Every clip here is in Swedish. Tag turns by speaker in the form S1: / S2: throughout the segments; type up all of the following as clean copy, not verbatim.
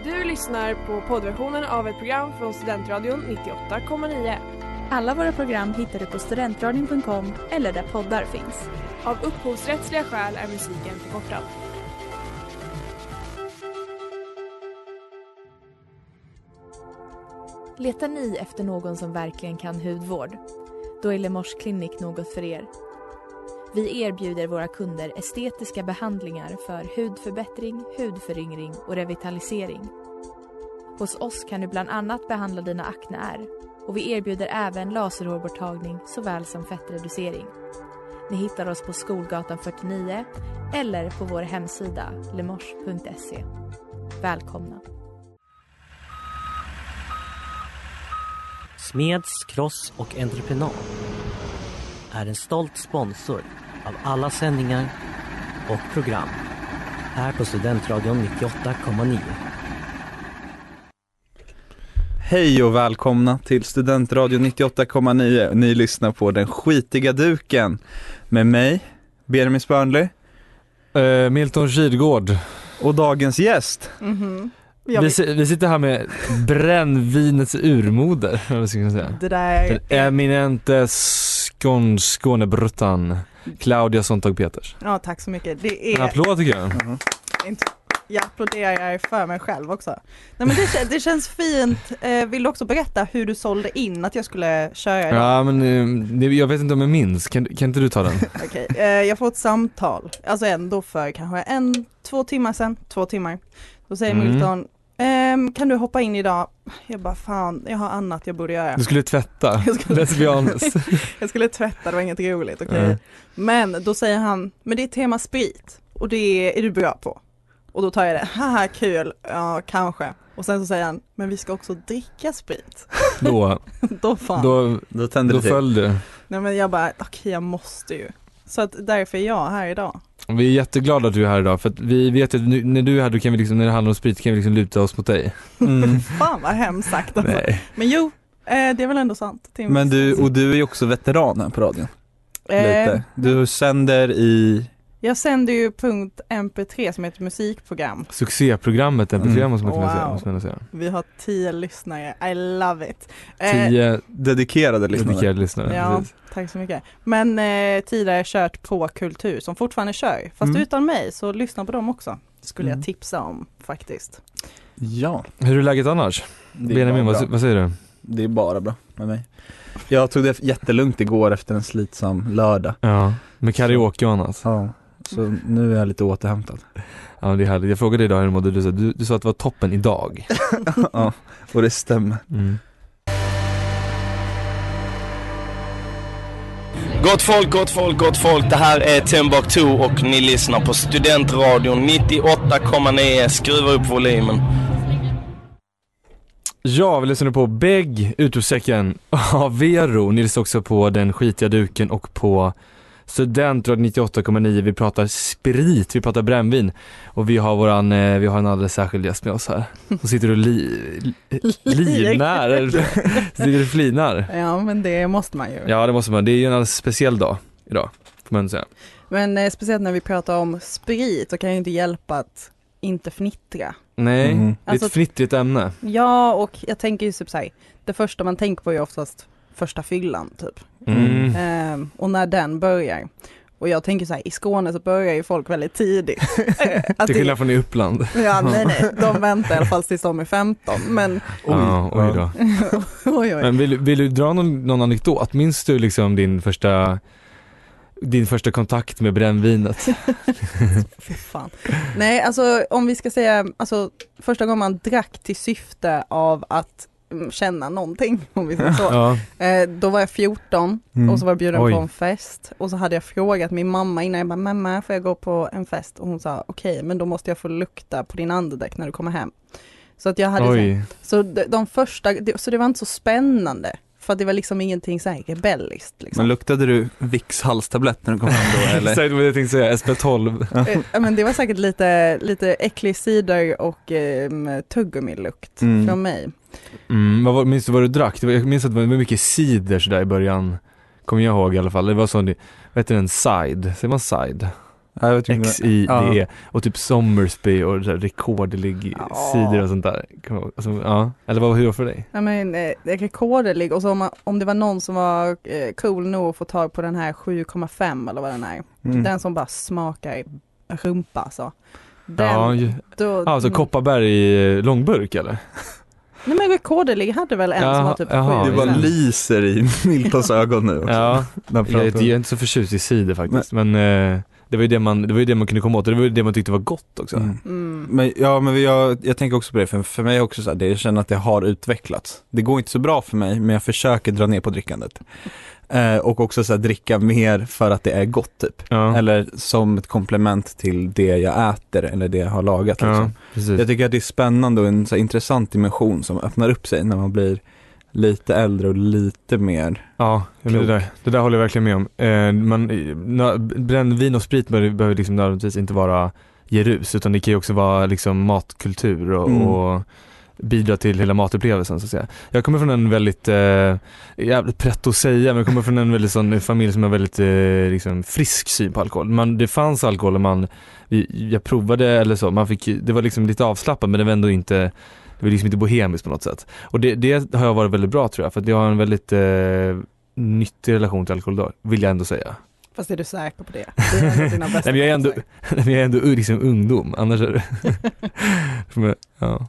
S1: Du lyssnar på poddversionen av ett program från Studentradion 98,9.
S2: Alla våra program hittar du på studentradion.com eller där poddar finns.
S1: Av upphovsrättsliga skäl är musiken förkortad.
S2: Letar ni efter någon som verkligen kan hudvård? Då är Lemors klinik något för er. Vi erbjuder våra kunder estetiska behandlingar för hudförbättring, hudföryngring och revitalisering. Hos oss kan du bland annat behandla dina akneär och vi erbjuder även laserhårborttagning såväl som fettreducering. Ni hittar oss på Skolgatan 49 eller på vår hemsida lemors.se. Välkomna!
S3: Smeds, Cross och Entreprenad är en stolt sponsor av alla sändningar och program här på Studentradion 98,9.
S4: Hej och välkomna till Studentradion 98,9. Ni lyssnar på Den skitiga duken med mig, Benjamin Spörnli,
S5: Milton Kidgård
S4: och dagens gäst.
S5: Vi sitter här med brännvinets urmoder, vad ska jag säga.
S6: Det där
S5: Den eminente Skånebruttan Claudia Sontag Peters.
S6: Ja, tack så mycket. Det är
S5: En applåd tycker jag.
S6: Jag applåderar för mig själv också. Nej, men det känns fint. Vill du också berätta hur du sålde in att jag skulle köra idag?
S5: Ja, men jag vet inte om jag minns. Kan inte du ta den?
S6: Okej, jag får ett samtal. Alltså ändå för kanske 2 timmar sedan. 2 timmar. Då säger Milton, kan du hoppa in idag? Jag bara, fan, jag har annat jag borde göra.
S5: Du skulle tvätta. Let's be honest.
S6: Jag skulle tvätta, det var inget roligt, okej. Men då säger han, men det är tema sprit. Och det är du bra på. Och då tar jag det, haha kul, ja kanske. Och sen så säger han, men vi ska också dricka sprit.
S5: Då
S4: tänder det till.
S5: föll det.
S6: Nej men jag bara, okej, jag måste ju. Så att därför är jag här idag.
S5: Vi är jätteglada att du är här idag. För att vi vet att när du är här, då kan vi liksom, när det handlar om sprit kan vi liksom luta oss mot dig.
S6: Fan vad hemskt sagt alltså.
S5: Nej.
S6: Men jo, det är väl ändå sant.
S4: Men du är ju också veteran här på radion. Lite. Du sänder i...
S6: Jag sänder ju .mp3 som är ett musikprogram.
S5: Succéprogrammet MP3 måste man säga.
S6: Vi har 10 lyssnare. I love it.
S5: 10
S4: dedikerade lyssnare.
S6: Ja,
S5: precis.
S6: tack så mycket. Men tidigare kört på Kultur som fortfarande kör. Fast utan mig, så lyssna på dem också. Skulle jag tipsa om faktiskt.
S4: Ja.
S5: Hur är läget annars? Benjamin, vad säger du?
S4: Det är bara bra med mig. Jag tog det jättelugnt igår efter en slitsam lördag.
S5: Ja, med karaoke och annat.
S4: Ja. Så nu är jag lite återhämtad.
S5: Ja, det är härligt. Jag frågade dig idag hur du mådde. Du sa att det var toppen idag.
S4: Ja, och det stämmer.
S7: Gott folk. Det här är Timbuktu och ni lyssnar på Studentradion 98,9. Skruva upp volymen.
S5: Ja, vi lyssnar på Beg, Utropstecken av Vero. Ni lyssnar också på Den skitiga duken och på Studentradion 98,9. Vi pratar sprit, vi pratar brännvin. Och vi har en alldeles särskild gäst med oss här. Och sitter och flinar.
S6: Ja, men det måste man ju.
S5: Ja, det måste man. Det är ju en alldeles speciell dag idag, får man säga.
S6: Men speciellt när vi pratar om sprit, så kan jag ju inte hjälpa att inte fnittra.
S5: Nej, det är ett fnittrigt ämne.
S6: Ja, och jag tänker ju typ så här, det första man tänker på är oftast första fyllan typ. Och när den börjar. Och jag tänker så här, i Skåne så börjar ju folk väldigt tidigt.
S5: Till skillnad från i Uppland.
S6: Ja, nej. De väntar i alla fall tills de är 15. Men
S5: oj då.
S6: Oj.
S5: Men vill du dra någon anekdot? Minns du liksom din första kontakt med brännvinet?
S6: Fy fan. Nej, alltså om vi ska säga, alltså första gången man drack till syfte av att känna någonting, om vi säger så.
S5: Ja.
S6: Då var jag 14 och så var jag bjuden på en fest. Och så hade jag frågat min mamma innan, jag bara, mamma, får jag gå på en fest? Och hon sa, okej, men då måste jag få lukta på din andedräkt när du kommer hem. Så att jag hade så de första, så det var inte så spännande. För att det var liksom ingenting så här rebelliskt. Liksom.
S4: Men luktade du Vicks halstablett när du kom hem då? Eller?
S5: Exakt vad jag tänkte säga, SP12.
S6: Men det var säkert lite äcklig cider och tuggummi-lukt från mig.
S5: Minns du vad du drack? Jag minns att det var mycket cider så där i början. Kommer jag ihåg i alla fall. Det var sån, vad heter den? Side. Säger man side?
S4: Jag vet inte.
S5: XIDE och typ Sommersby och rekordlig sidor och sånt där. Alltså, ja. Eller hur var det för dig?
S6: Ja, men rekordlig, och så om det var någon som var cool nog att få tag på den här 7,5 eller vad den är. Den som bara smakar rumpa så.
S5: Alltså Kopparberg i långburk eller?
S6: Nej, men rekordlig hade väl en som var typ 7.
S4: Det var lyser i Miltons ögon nu också.
S5: Ja, jag är inte så förtjust i cider faktiskt. Men det var ju det man kunde komma åt. Och det var ju det man tyckte var gott också.
S4: Men jag tänker också på det. För mig också så här, jag känner att det har utvecklats. Det går inte så bra för mig, men jag försöker dra ner på drickandet. Och också så här, dricka mer för att det är gott typ. Ja. Eller som ett komplement till det jag äter eller det jag har lagat. Liksom.
S5: Ja,
S4: jag tycker att det är spännande och en så här, intressant dimension som öppnar upp sig när man blir lite äldre och lite mer.
S5: Ja, det där håller jag verkligen med om. Brännvin och sprit behöver liksom nödvändigtvis inte vara ge rus, utan det kan ju också vara liksom matkultur och bidra till hela matupplevelsen så att säga. Jag kommer från en väldigt jävligt pretto att säga, men jag kommer från en väldigt sån familj som har väldigt liksom frisk syn på alkohol. Det fanns alkohol och jag provade eller så, det var liksom lite avslappnat, men det var ändå inte, det var liksom inte bohemiskt på något sätt. Och det har jag varit väldigt bra tror jag, för att jag har en väldigt nyttig relation till alkohol då, vill jag ändå säga.
S6: Fast är du säker på det? Det är ändå dina bästa.
S5: Nej, men jag är ändå liksom ungdom, annars är det ja.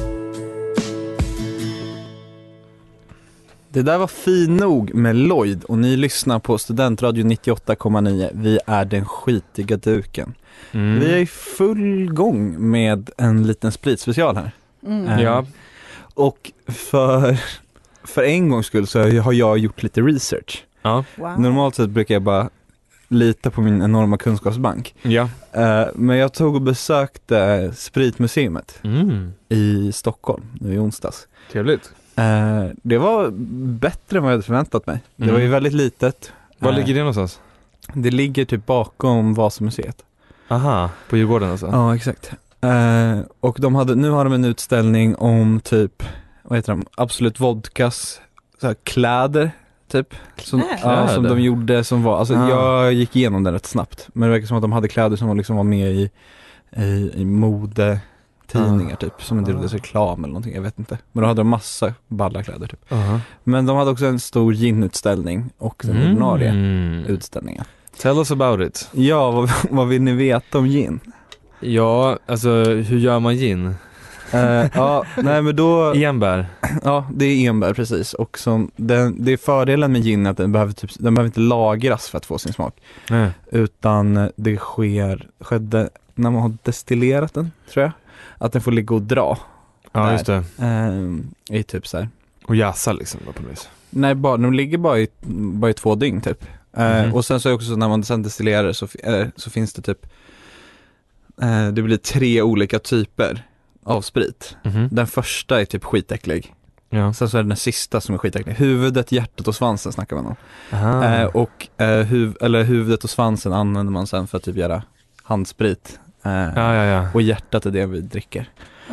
S4: Det där var fin nog med Lloyd och ni lyssnar på Studentradio 98,9. Vi är den skitiga duken. Vi är i full gång med en liten spritspecial här.
S5: Ja.
S4: Och för en gångs skull så har jag gjort lite research.
S5: Ja.
S6: Wow.
S4: Normalt sett brukar jag bara lita på min enorma kunskapsbank.
S5: Ja.
S4: Men jag tog och besökte Spritmuseet i Stockholm nu i onsdags.
S5: Trevligt.
S4: Det var bättre än vad jag hade förväntat mig. Det var ju väldigt litet.
S5: Var ligger det någonstans?
S4: Det ligger typ bakom Vasamuseet.
S5: Aha, på Djurgården alltså?
S4: Ja, exakt. Och nu har de en utställning om typ, vad heter de? Absolut Vodkas så här, kläder typ. Som de gjorde som var, alltså jag gick igenom den rätt snabbt. Men det verkar som att de hade kläder som liksom var med i mode tidningar typ, som en del av reklam eller någonting, jag vet inte. Men då hade de massa balla kläder typ. Men de hade också en stor ginutställning och den ordinarie utställningen.
S5: Tell us about it.
S4: Ja, vad vill ni veta om gin?
S5: Ja, alltså hur gör man gin?
S4: Men då
S5: enbär.
S4: Ja, det är enbär precis. Och det är fördelen med gin att den behöver inte lagras för att få sin smak. Utan det skedde när man har destillerat den, tror jag. Att den får ligga och dra.
S5: Ja,
S4: där.
S5: Just det.
S4: I typ så här.
S5: Och jäsa liksom på något vis.
S4: Nej, de ligger bara i 2 dygn typ. Och sen så är det också så när man sen destillerar så finns det typ det blir 3 olika typer av sprit. Den första är typ skitäcklig.
S5: Ja.
S4: Sen så är det den sista som är skitäcklig. Huvudet, hjärtat och svansen snackar man om. Och huvudet och svansen använder man sen för att typ göra handsprit. Och hjärtat är det vi dricker.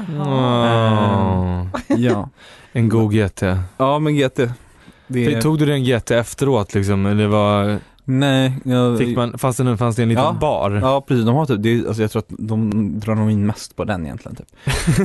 S4: Ja.
S5: En god GT.
S4: Ja, men GT.
S5: Tog du den GT efteråt liksom? Eller var...
S4: Nej.
S5: Fanns det en liten bar?
S4: Ja, precis. De har typ, alltså jag tror att de drar nog in mest på den egentligen typ.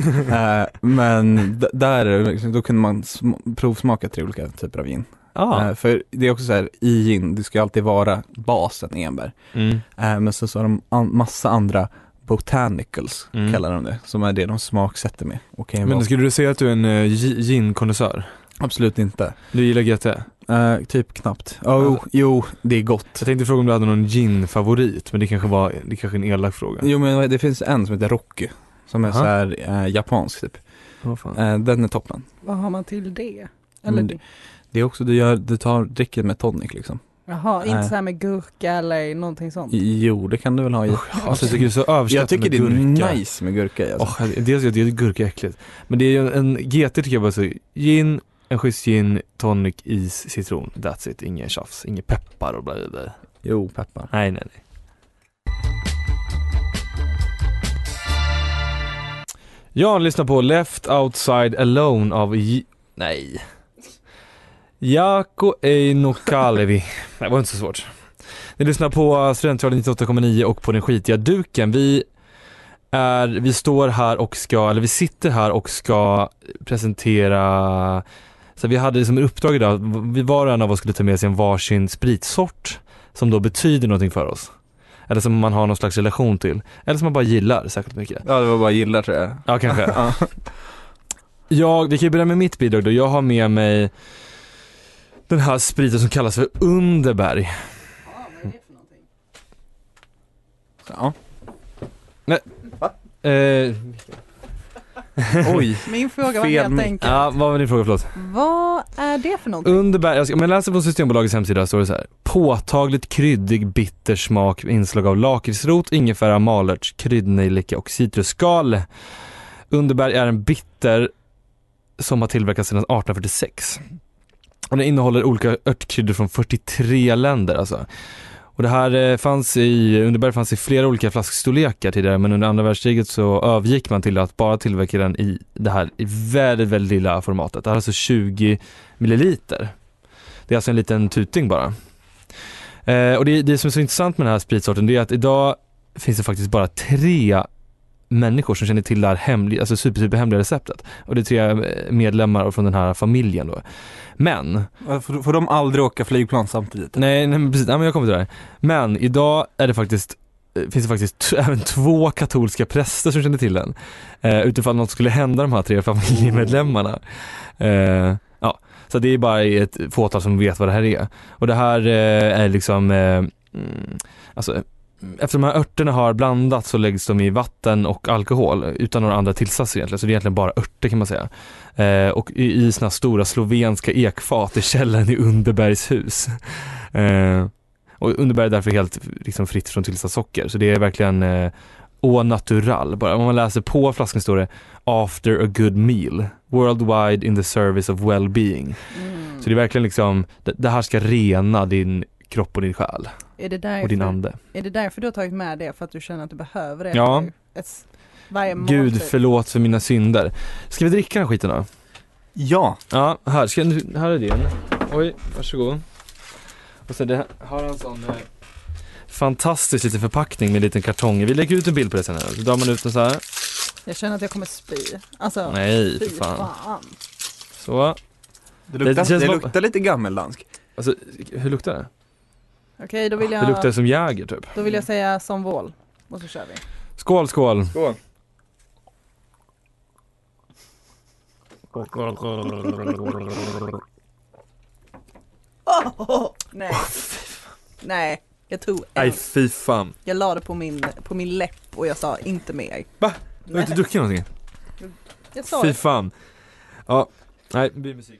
S4: Men där liksom, då kunde man provsmaka 3 olika typer av gin. För det är också så här, i gin, det ska alltid vara basen enbär. Men så har de massa andra botanicals, kallar de det, som är det de smaksätter med.
S5: Men skulle du säga att du är en gin-konnässör?
S4: Absolut inte.
S5: Du gillar GT?
S4: Typ knappt. Jo, det är gott.
S5: Jag tänkte fråga om du hade någon gin-favorit, men det kanske är en elak fråga.
S4: Jo, men det finns en som heter Rocky, som är så här japansk typ. Den är toppen.
S6: Vad har man till det? Eller
S4: det är också, du dricker med tonic liksom.
S6: Jaha, inte så här med gurka eller någonting sånt.
S4: Jo, det kan du väl ha i.
S5: Alltså, jag tycker det är så överskattat.
S4: Jag tycker det är nice med gurka.
S5: Alltså. Dels är det gurka äckligt. Men det är ju en GT tycker jag bara så. Gin, en schysst gin, tonic, is, citron. That's it. Ingen tjafs, ingen peppar och bla.
S4: Jo, peppar.
S5: Nej. Jag lyssnar på Left Outside Alone av Jaakko Eino Kalevi. Det var inte så svårt. Ni lyssnar på Studentradion 98,9 och på den skitiga duken. Vi står här och vi sitter här och ska presentera. Så vi hade som uppdrag idag, vi var en av oss skulle ta med sig en varsin spritsort som då betyder någonting för oss. Eller som man har någon slags relation till. Eller som man bara gillar särskilt mycket.
S4: Ja, det var bara gillar tror jag.
S5: Ja, kanske. Vi kan ju börja med mitt bidrag då. Jag har med mig den här spriten som kallas för Underberg.
S6: Vad är det för någonting?
S4: Ja.
S5: Nej.
S4: Va?
S6: Oj. Min fråga var helt enkelt.
S5: Ja, vad var din fråga, förlåt?
S6: Vad är det för någonting?
S5: Underberg, om jag läser på Systembolagets hemsida står det så här: påtagligt kryddig, bitter smak, inslag av lakritsrot, ingefära, malört, kryddnejlika och citrusskal. Underberg är en bitter som har tillverkats sedan 1846. Och den innehåller olika örtkryddor från 43 länder alltså. Och det här Underberg fanns i flera olika flaskstorlekar tidigare, men under andra världskriget så övergick man till att bara tillverka den i det här i väldigt, väldigt lilla formatet. Det här är alltså 20 milliliter. Det är alltså en liten tuting bara. Och det som är så intressant med den här spritsorten, det är att idag finns det faktiskt bara 3 människor som känner till det här superhemliga receptet. Och det är 3 medlemmar från den här familjen då. Men
S4: får de aldrig åka flygplan samtidigt?
S5: Nej, precis. Nej, men jag kommer till det här. Men idag är det finns det faktiskt även 2 katolska präster som känner till den. Utifall något skulle hända de här 3 familjemedlemmarna. Ja, så det är bara ett fåtal som vet vad det här är. Och det här är liksom alltså efter de här örterna har blandats så läggs de i vatten och alkohol utan några andra tillsatser egentligen. Så det är egentligen bara örter kan man säga. Och i såna stora slovenska ekfat i källaren i Underbergs hus. Och Underberg är därför helt liksom fritt från tillsatt socker. Så det är verkligen au natural. Bara om man läser på flaskan står det after a good meal. Worldwide in the service of well-being. Så det är verkligen liksom, det här ska rena din kropp och din själ.
S6: Är det därför,
S5: och din ande.
S6: Är det därför du har tagit med det? För att du känner att du behöver det?
S5: Ja.
S6: Varje måltid?
S5: Gud förlåt för mina synder. Ska vi dricka den skiten då?
S4: Ja.
S5: Ja, här är din. Oj, varsågod. Och så det har en sån fantastisk liten förpackning med en liten kartong. Vi lägger ut en bild på det sen här. Så drar man ut den så här.
S6: Jag känner att jag kommer spy. Alltså,
S5: nej, för fan. Så.
S4: Det luktar lite gammeldansk.
S5: Alltså, hur luktar det?
S6: Okej, då vill jag...
S5: Det luktar som Jäger typ.
S6: Då vill jag säga som vål. Och så kör vi.
S5: Skål, skål.
S4: Skål.
S6: Nej. Nej, jag tog en.
S5: Nej, fy fan.
S6: Jag la det på min läpp och jag sa inte mer.
S5: Va? Du har inte druckit någonting?
S6: Jag sa
S5: fy
S6: det.
S5: Fan. Ja, nej, det blir musik.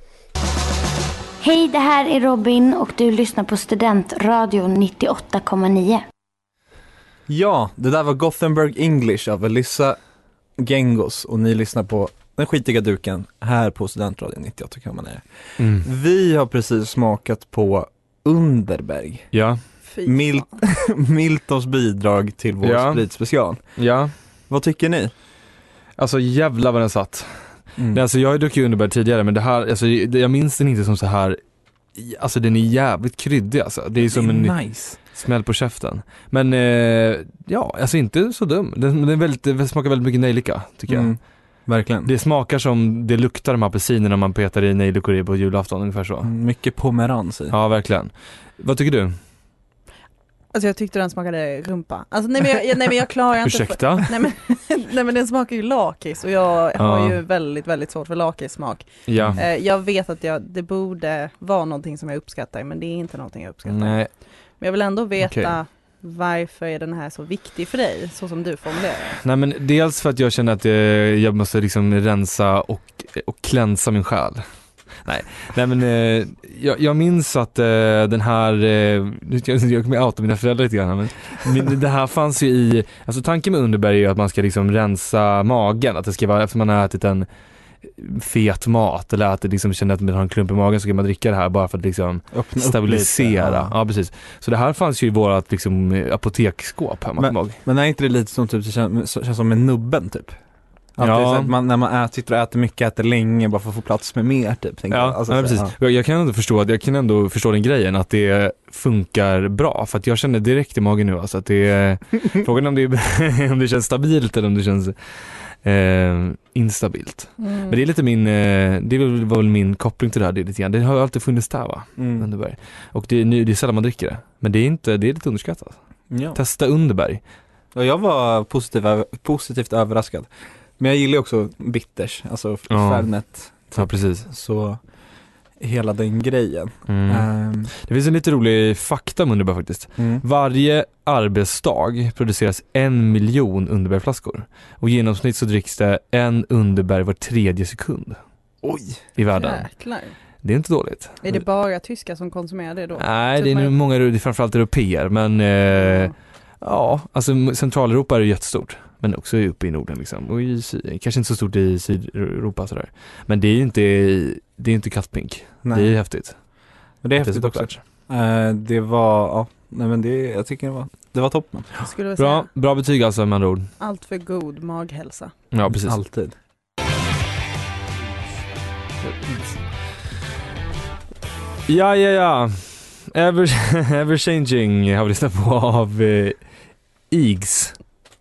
S8: Hej, det här är Robin och du lyssnar på Studentradion 98,9.
S4: Ja, det där var Gothenburg English av Alyssa Gengos och ni lyssnar på den skitiga duken här på Studentradion 98,9. Vi har precis smakat på Underberg.
S5: Ja.
S4: Miltons bidrag till vår spritspecial.
S5: Ja.
S4: Vad tycker ni?
S5: Alltså jävlar vad den satt. Alltså jag har druckit Underberg tidigare, men det här, alltså, jag minns den inte som så här. Alltså den är jävligt kryddig alltså. Det är som en
S4: nice
S5: smäll på käften. Men ja, alltså inte så dum. Det smakar väldigt mycket nejlika tycker jag.
S4: Verkligen.
S5: Det smakar som det luktar de apelsiner när man petar i nejlikor på julafton ungefär så.
S4: Mycket pomerans i.
S5: Ja, verkligen. Vad tycker du?
S6: Alltså jag tyckte den smakade rumpa. Alltså nej men jag klarar inte.
S5: Ursäkta?
S6: Nej men den smakar ju lakrits och jag har ju väldigt, väldigt svårt för lakritssmak.
S5: Ja.
S6: Jag vet att det borde vara någonting som jag uppskattar, men det är inte någonting jag uppskattar.
S5: Nej.
S6: Men jag vill ändå veta varför är den här så viktig för dig, så som du formulerar.
S5: Nej men dels för att jag känner att jag måste liksom rensa och klänsa min själ. Nej men jag minns att den här jag kommer outa mina föräldrar lite grann, men det här fanns ju i, alltså tanken med Underberg är ju att man ska liksom rensa magen, att det ska vara efter man har ätit en fet mat eller att det liksom känner att man har en klump i magen, så kan man dricka det här bara för att liksom stabilisera. Ja, precis. Så det här fanns ju i vårat liksom apoteksskåp hemma.
S4: Men är inte det lite som typ, det känns som en nubben typ? Att det är så att när man sitter och äter länge bara för att få plats med mer typ.
S5: Precis. Ja. Jag kan ändå förstå den grejen att det funkar bra, för att jag känner direkt i magen nu alltså, att det är frågan om det känns stabilt eller om det känns instabilt. Men det är lite det var väl min koppling till det här, det lite grann. Det har ju alltid funnits där, va? Underberg. Och det är sällan man dricker det. Men det är lite underskattat. Ja. Testa Underberg.
S4: Och jag var positivt överraskad. Men jag gillar också bitters, alltså Fernet.
S5: Ja, precis.
S4: Så hela den grejen.
S5: Det finns en lite rolig fakta om Underberg faktiskt. Varje arbetsdag produceras 1 miljon Underbergflaskor. Och i genomsnitt så dricks det en Underberg var 3:e sekund.
S4: Oj!
S5: I världen.
S6: Jäklar.
S5: Det är inte dåligt.
S6: Är det bara tyskar som konsumerar det då?
S5: Nej, det är nog många, det är framförallt europeer. Men alltså Centraleuropa är jättestort. Men också uppe i Norden liksom. Och kanske inte så stort i Sydeuropa sådär. Men det är inte kattpink. Det är häftigt.
S4: Men det är häftigt också. Det var, jag tycker det var toppen.
S5: Bra betyg alltså med andra ord.
S6: Allt för god maghälsa.
S5: Ja, precis.
S4: Alltid.
S5: Ja. Ever Changing har vi lyssnat på av Eads.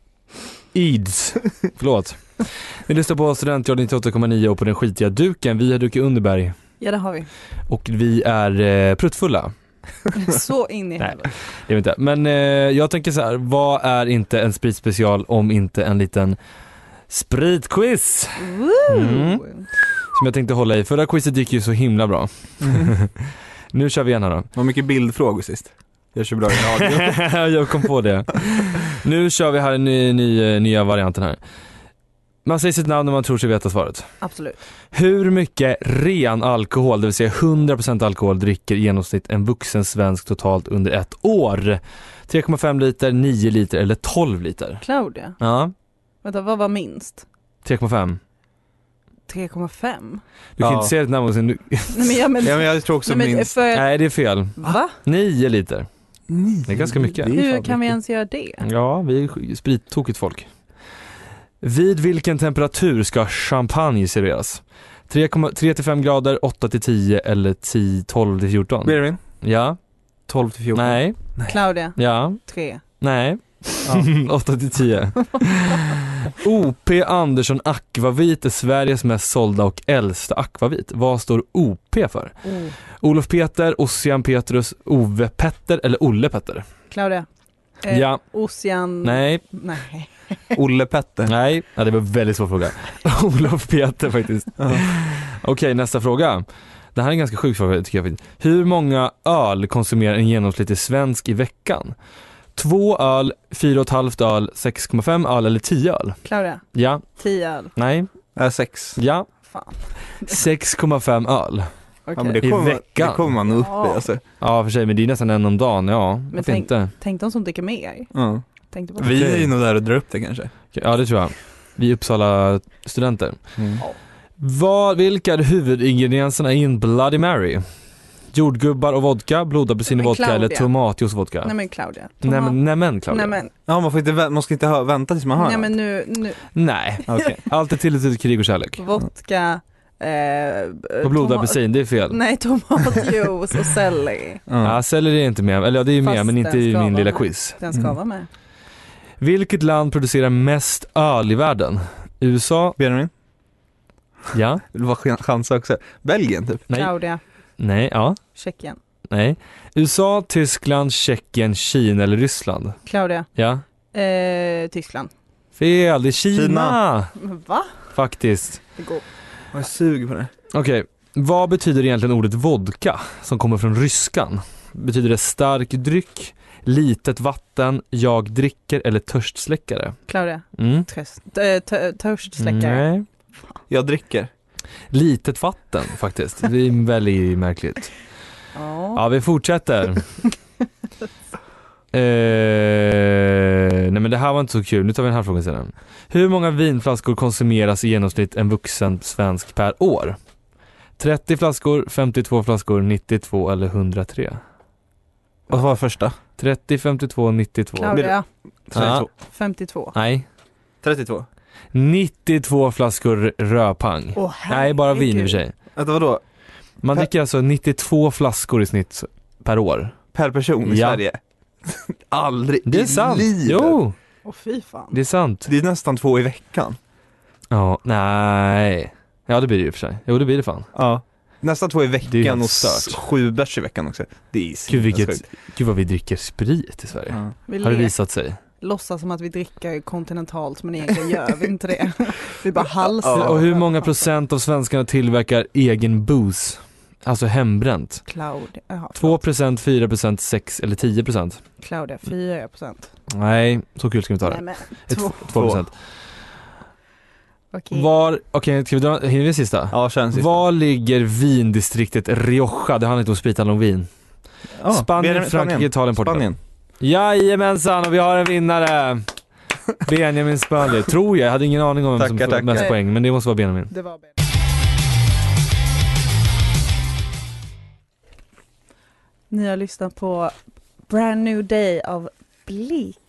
S5: Förlåt. Vi lyssnar på Studentradion 98,9 och på den skitiga duken. Vi har druckit Underberg.
S6: Ja, det har vi.
S5: Och vi är pruttfulla.
S6: Så in i helvete.
S5: Jag vet inte. Men jag tänker så här, vad är inte en spritspecial om inte en liten spritquiz? Som jag tänkte hålla i. Förra quizet gick ju så himla bra. Nu kör vi igen här då.
S4: Vad mycket bildfrågor sist. Jag kör bra i radio.
S5: Jag kom på det. Nu kör vi här en nya varianten här. Man säger sitt namn när man tror sig veta svaret.
S6: Absolut.
S5: Hur mycket ren alkohol, det vill säga 100% alkohol, dricker i genomsnitt en vuxen svensk totalt under ett år? 3,5 liter, 9 liter eller 12 liter?
S6: Claudia?
S5: Ja.
S6: Vänta, vad var minst?
S5: 3,5.
S6: 3,5?
S5: Du kan inte säga ett namn.
S6: Nej, men
S4: jag tror också minst.
S5: Nej, det är fel.
S6: Va?
S5: 9 liter. 9. Det är ganska mycket.
S6: Hur kan vi ens göra det?
S5: Ja, vi är sprittokigt folk. Vid vilken temperatur ska champagne serveras? 3-5 grader, 8-10 eller 12-14?
S4: Bervin?
S5: Ja.
S4: 12-14?
S5: Nej.
S6: Claudia?
S5: Ja.
S6: 3?
S5: Nej. 8-10. OP Andersson Aquavit är Sveriges mest sålda och äldsta akvavit. Vad står OP för? Olof Peter, Ossian Petrus, Ove Petter eller Olle Petter?
S6: Claudia?
S5: Ja.
S6: Ossian?
S5: Nej.
S4: Olle Petter?
S5: Nej, det var en väldigt svår fråga. Olof Peter faktiskt. Okej, nästa fråga. Det här är en ganska sjuk fråga tycker jag. Hur många öl konsumerar en genomsnittlig svensk i veckan? 2 öl, 4,5 öl, 6,5 öl eller 10 öl?
S6: Claudia?
S5: Ja.
S6: 10 öl?
S5: Nej.
S4: 6.
S5: Ja.
S6: Fan.
S5: 6,5 öl.
S6: Okay.
S4: Ja, men det kommer man upp i alltså.
S5: Ja, för sig, men det är nästan en om dagen, ja.
S6: Men tänk de som dricker mer.
S4: Ja.
S6: Vi
S4: är ju nog där och drar upp det kanske.
S5: Ja, det tror jag. Vi är Uppsala studenter. Vilka är huvudingredienserna i en Bloody Mary? Jordgubbar och vodka, blodapelsin och vodka eller tomatjuice och vodka?
S6: Nej men Claudia.
S5: Nej men Claudia.
S4: Ja, man ska inte vänta tills man har.
S6: Nej men nu.
S5: Nej. Okay. Allt är till krig och kärlek.
S6: Vodka,
S5: och blodapelsin, det är fel.
S6: Nej, tomatjuice och selleri.
S5: Ja, selleri är inte med. Eller ja, det är med, men inte i min lilla quiz.
S6: Den ska vara med.
S5: Vilket land producerar mest öl i världen? USA?
S4: Benjamin?
S5: Ja.
S4: Det var chans också. Belgien typ?
S5: Nej.
S6: Claudia?
S5: Nej, ja.
S6: Tjeckien?
S5: Nej. USA, Tyskland, Tjeckien, Kina eller Ryssland?
S6: Claudia?
S5: Ja.
S6: Tyskland?
S5: Fel, det är Kina.
S6: Va?
S5: Faktiskt.
S6: Det går.
S4: Jag suger på det.
S5: Okej. Vad betyder egentligen ordet vodka som kommer från ryskan? Betyder det stark dryck, litet vatten, jag dricker eller törstsläckare?
S6: Claudia? Törstsläckare?
S5: Nej.
S4: Jag dricker.
S5: Litet vatten faktiskt. Det är väldigt märkligt. Ja, vi fortsätter. Nej men det här var inte så kul. Nu tar vi den här frågan sedan. Hur många vinflaskor konsumeras i genomsnitt en vuxen svensk per år? 30 flaskor, 52 flaskor, 92 eller 103?
S4: Vad var första?
S5: 30, 52, 92.
S6: Claudia?
S4: 32.
S6: 52.
S5: Nej.
S4: 32.
S5: 92 flaskor rödpang. Nej, bara vin i och för sig.
S4: Vadå?
S5: Man dricker alltså 92 flaskor i snitt per år.
S4: Per person i Sverige? Aldrig.
S5: Det är sant.
S4: Livet.
S5: Jo.
S6: Fy fan.
S5: Det är sant.
S4: Det är nästan 2 i veckan.
S5: Ja, nej. Ja, det blir det i och för sig. Jo, det blir det fan.
S4: Ja. Nästan 2 i veckan och
S5: stört.
S4: 7 bärs i veckan också. Det är
S5: Gud vad vi dricker sprit i Sverige.
S6: Ja.
S5: Har det visat sig?
S6: Låtsas som att vi dricker kontinentalt, men egentligen gör vi inte det. Vi bara halsar.
S5: Och hur många procent av svenskarna tillverkar egen booze? Alltså hembränt.
S6: Claudia.
S5: 2%, 4%, 6 eller 10%?
S6: Claudia, 4%.
S5: Nej, så kul ska vi ta det.
S6: Nej,
S5: 2%. Okej, ska vi dra, hinner vi sista?
S4: Ja, känns sista.
S5: Var ligger vindistriktet Rioja? Det handlar inte om sprit, handlar om vin.
S4: Ja,
S5: Spanien, Frankrike, Italien, Portugal.
S4: Spanien.
S5: Jajamensan, och vi har en vinnare. Benjamin Spöli, tror jag. Jag hade ingen aning om vem som får mest poäng, men det måste vara Benjamin.
S6: Det var Benjamin. Ni har lyssnat på Brand New Day av Bilk.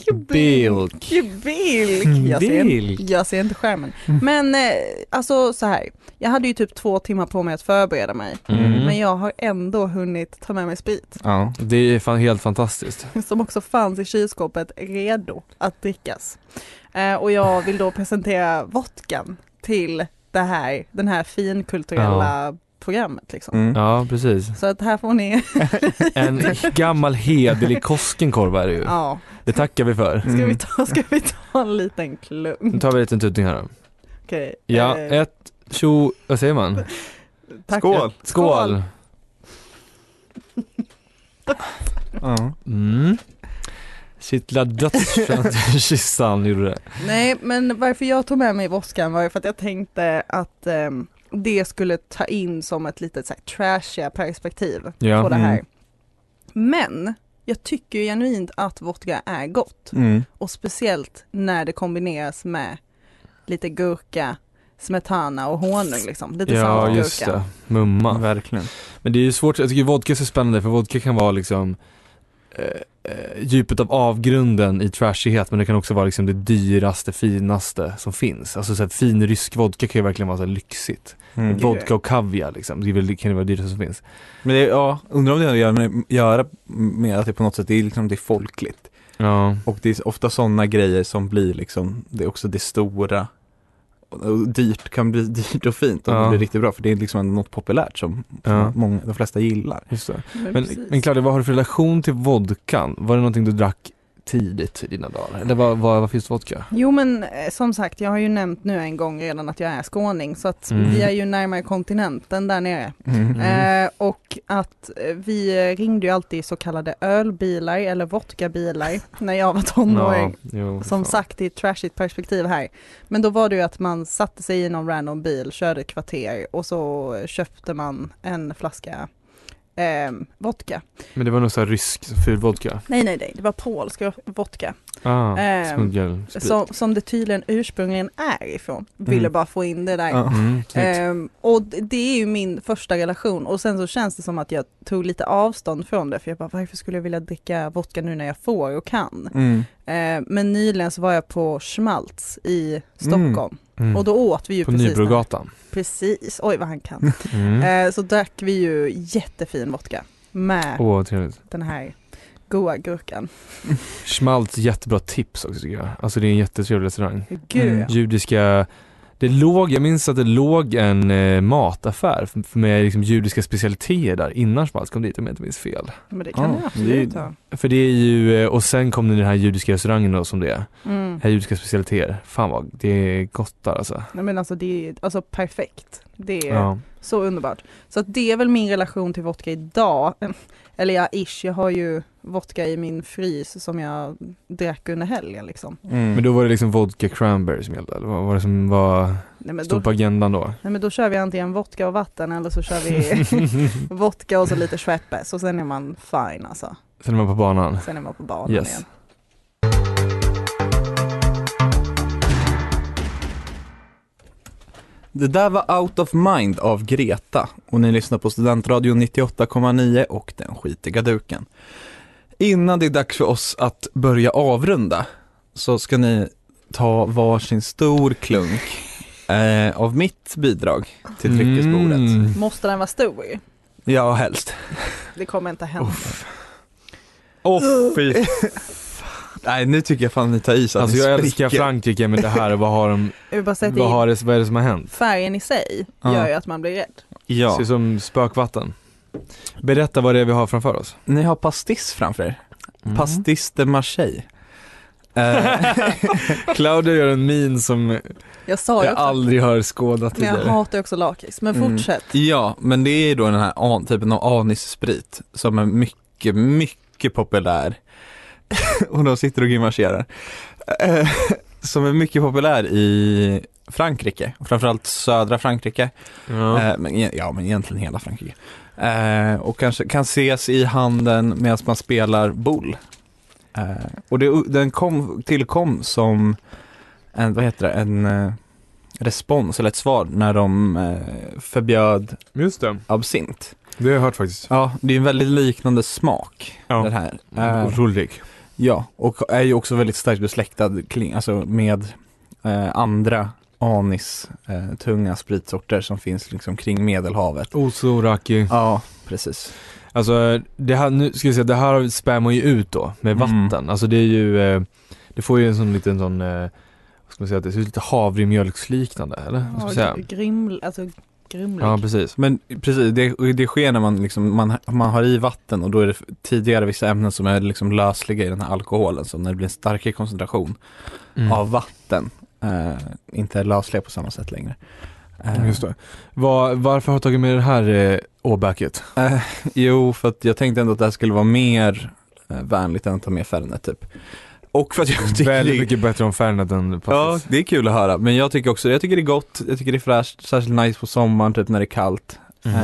S6: Jag ser inte skärmen. Men alltså så här. Jag hade ju typ 2 timmar på mig att förbereda mig. Men jag har ändå hunnit ta med mig sprit.
S5: Ja, det är fan helt fantastiskt.
S6: Som också fanns i kylskåpet redo att drickas. Och jag vill då presentera vodkan till den här finkulturella programmet liksom.
S5: Ja, precis.
S6: Så att här får ni
S5: en gammal hederlig Koskenkorv är det ju.
S6: Ja.
S5: Det tackar vi för.
S6: Ska vi ta en liten klunk?
S5: Nu tar vi en liten tutning här då.
S6: Okej.
S5: Ja, vad säger man?
S6: Tack.
S5: Skål. Kittla dödsfönt kyssan gjorde det.
S6: Nej, men varför jag tog med mig vodkan var ju för att jag tänkte att det skulle ta in som ett litet så här trashiga perspektiv på det här. Men jag tycker ju genuint att vodka är gott. Och speciellt när det kombineras med lite gurka, smetana och honung liksom. Lite
S5: ja, just det. Mumma.
S4: Verkligen.
S5: Men det är ju svårt, jag tycker vodka är så spännande, för vodka kan vara liksom djupet av avgrunden i trashighet, men det kan också vara liksom det dyraste, finaste som finns. Alltså så här, fin rysk vodka kan ju verkligen vara så här lyxigt. Vodka och kaviar liksom, det kan ju vara det dyraste som finns.
S4: Men det, undrar om det har att göra med att det på något sätt det är folkligt.
S5: Ja.
S4: Och det är ofta sådana grejer som blir liksom, det är också det stora. Och dyrt kan bli dyrt och fint om det blir riktigt bra, för det är liksom något populärt som de flesta gillar.
S5: Just det. Men Claudia, vad har du för relation till vodkan? Var det någonting du drack tidigt i dina dagar? Eller vad finns det vodka?
S6: Jo, men som sagt, jag har ju nämnt nu en gång redan att jag är skåning, så att vi är ju närmare kontinenten där nere. Och att vi ringde ju alltid så kallade ölbilar eller vodkabilar när jag var tonåring. Som sagt, i ett trashigt perspektiv här. Men då var det ju att man satte sig i någon random bil, körde ett kvarter och så köpte man en flaska vodka.
S5: Men det var nog så här rysk fulvodka?
S6: Nej, det var polsk vodka. Som det tydligen ursprungligen är ifrån. Ville bara få in det där. Och det är ju min första relation. Och sen så känns det som att jag tog lite avstånd från det. För jag bara, varför skulle jag vilja dricka vodka nu när jag får och kan? Men nyligen så var jag på Schmaltz i Stockholm. Och då åt vi ju
S5: på Nybrogatan.
S6: Precis, oj vad han kan. Så drack vi ju jättefin vodka med den här goa gurkan.
S5: Schmaltz, jättebra tips också tycker jag. Alltså det är en jättetrevlig restaurang.
S6: Judiska.
S5: Jag minns att det låg en mataffär med liksom judiska specialiteter där innan Schmaltz kom dit, om jag inte minns fel.
S6: Men det kan jag absolut ha.
S5: För det är ju, och sen kom den här judiska restaurangen då som det är. Här judiska specialiteter. Fan vad, det är gott där alltså.
S6: Nej men alltså det är alltså perfekt. Det är så underbart. Så att det är väl min relation till vodka idag. Eller jag har ju vodka i min frys som jag drack under helgen liksom.
S5: Men då var det liksom vodka cranberry som gällde, eller vad var det som var stod på agendan då?
S6: Nej men då kör vi antingen vodka och vatten, eller så kör vi vodka och så lite Schweppes, och sen är man fine alltså.
S5: Sen är man på banan.
S6: Igen.
S4: Det där var Out of Mind av Greta, och ni lyssnar på Studentradion 98,9 och den skitiga duken. Innan det är dags för oss att börja avrunda så ska ni ta varsin stor klunk av mitt bidrag till dryckesbordet.
S6: Måste den vara stor?
S4: Ja, helst.
S6: Det kommer inte hända.
S5: Fy.
S4: Nej, nu tycker jag fan ni tar i så
S5: alltså jag älskar Frankrike, men det här, vad har de vad är det som har hänt?
S6: Färgen i sig gör ju att man blir rädd.
S4: Ja.
S5: Ser som spökvatten. Berätta vad det är vi har framför oss.
S4: Ni har pastis framför er. Pastis de Marseille.
S5: Claudia gör en min som
S6: jag
S5: aldrig har skådat tidigare.
S6: Men jag hatar också lakrits, men fortsätt.
S4: Ja, men det är då den här typen av anissprit som är mycket, mycket populär. Och de sitter och grimaserar. Som är mycket populär i Frankrike, framförallt södra Frankrike. Men egentligen hela Frankrike. Och kanske kan ses i handeln medan man spelar boll. Och den tillkom som en respons eller ett svar när de förbjöd absint.
S5: Det har jag hört faktiskt.
S4: Ja, det är en väldigt liknande smak den här.
S5: Otrolig.
S4: Ja, och är ju också väldigt starkt besläktad alltså med andra tunga spritsorter som finns liksom kring Medelhavet.
S5: Osoraki.
S4: Ja, precis.
S5: Alltså det här, nu ska jag säga, det här spär man ju ut då med vatten. Alltså det är ju det får ju en sån liten sån vad ska man säga, det ser lite havremjölksliknande eller vad ska man säga?
S6: Grumlig.
S5: Ja, precis.
S4: Men precis, det sker när man liksom man har i vatten, och då är det tidigare vissa ämnen som är liksom lösliga i den här alkoholen, så när det blir en starkare koncentration av vatten inte är lösliga på samma sätt längre.
S5: Just det. Varför har du tagit med det här åbäket?
S4: Jo, för att jag tänkte ändå att det här skulle vara mer vänligt än att ta med Fernet typ. Och för att jag tycker
S5: väldigt mycket bättre om Fernet än pastis.
S4: Ja, det är kul att höra. Men jag tycker det är gott. Jag tycker det är fräscht, särskilt nice på sommaren typ när det är kallt.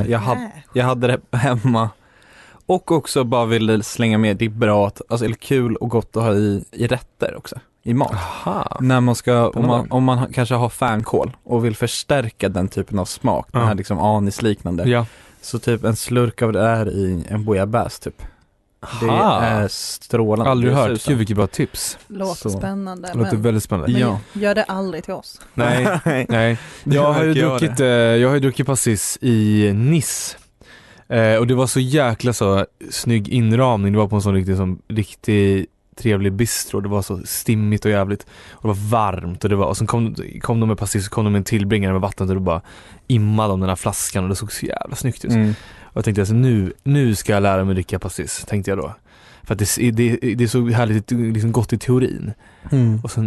S4: Jag hade det hemma. Och också bara ville slänga med, det är bra eller kul och gott att ha i rätter också. I mat.
S5: Aha.
S4: När man ska, om man kanske har fänkål och vill förstärka den typen av smak, den här liksom anisliknande.
S5: Ja.
S4: Så typ en slurk av det är i en bouillabaisse typ. Det är strålande.
S5: Aldrig hört. Gud, vilket bra tips.
S6: Låter spännande.
S5: Låter väldigt spännande.
S6: Men gör det aldrig till oss.
S5: Nej. Jag har ju druckit pastis i Nice. Och det var så jäkla så snygg inramning. Det var på en sån riktig trevlig bistro. Det var så stimmigt och jävligt. Och det var varmt. Och sen kom de med pastis, så kom de med en tillbringare med vatten, och det bara immade om den här flaskan, och det såg så jävla snyggt ut. Och jag tänkte alltså, nu ska jag lära mig dricka pastis, tänkte jag då. För att det är så härligt liksom gott i teorin. Och så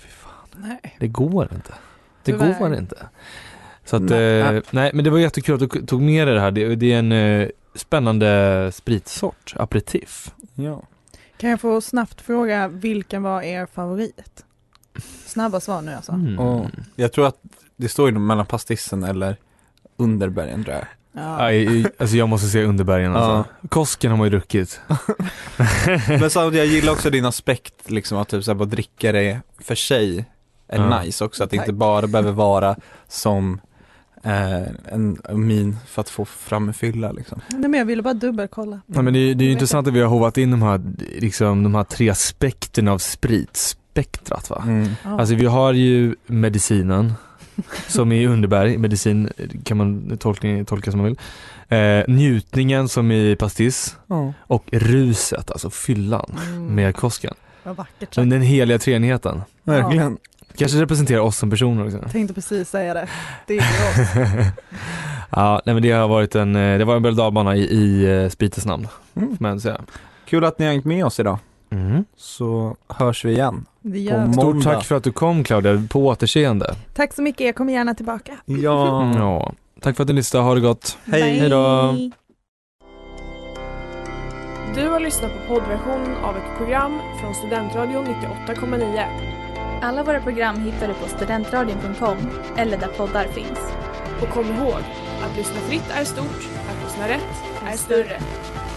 S5: det går inte. Det går inte. Så att nej, men det var jättekul att du tog med det här. Det är en spännande spritsort, aperitif.
S4: Ja.
S6: Kan jag få snabbt fråga, vilken var er favorit? Snabba svar nu alltså.
S4: Jag tror att det står ju mellan pastissen eller Underbergen, tror jag.
S5: Ja. Alltså jag måste säga Underbergen alltså. Kosken har man ju druckit.
S4: Men så jag gillar också din aspekt liksom, att typ så här, bara dricka det för sig är nice också, att det inte bara behöver vara som en min för att få fram en fylla liksom.
S6: Nej, men jag ville bara dubbelkolla.
S5: Ja, men det är ju intressant att vi har hovat in de här 3 aspekterna av spritspektrat, va? Alltså vi har ju medicinen som i Underberg, medicin kan man tolka som man vill. Njutningen som i pastis och ruset, alltså fyllan med Kosken.
S6: Vad vackert.
S5: Men den heliga treenigheten.
S4: Verkligen.
S5: Kanske representerar oss som personer också.
S6: Jag tänkte precis säga det. Det är oss.
S5: Ja, nej, men det har varit en berg-och-dalbana i spritens namn. Men så.
S4: Kul att ni har hängt med oss idag. Så hörs vi igen.
S5: Stort tack för att du kom, Claudia, på återseende.
S6: Tack så mycket, jag kommer gärna tillbaka.
S5: Ja. Tack för att du lyssnade, ha det gott.
S6: Hej
S5: då.
S1: Du har lyssnat på poddversion av ett program från Studentradion 98,9.
S2: Alla våra program hittar du på studentradion.com eller där poddar finns.
S1: Och kom ihåg, att lyssna fritt är stort, att lyssna rätt är större.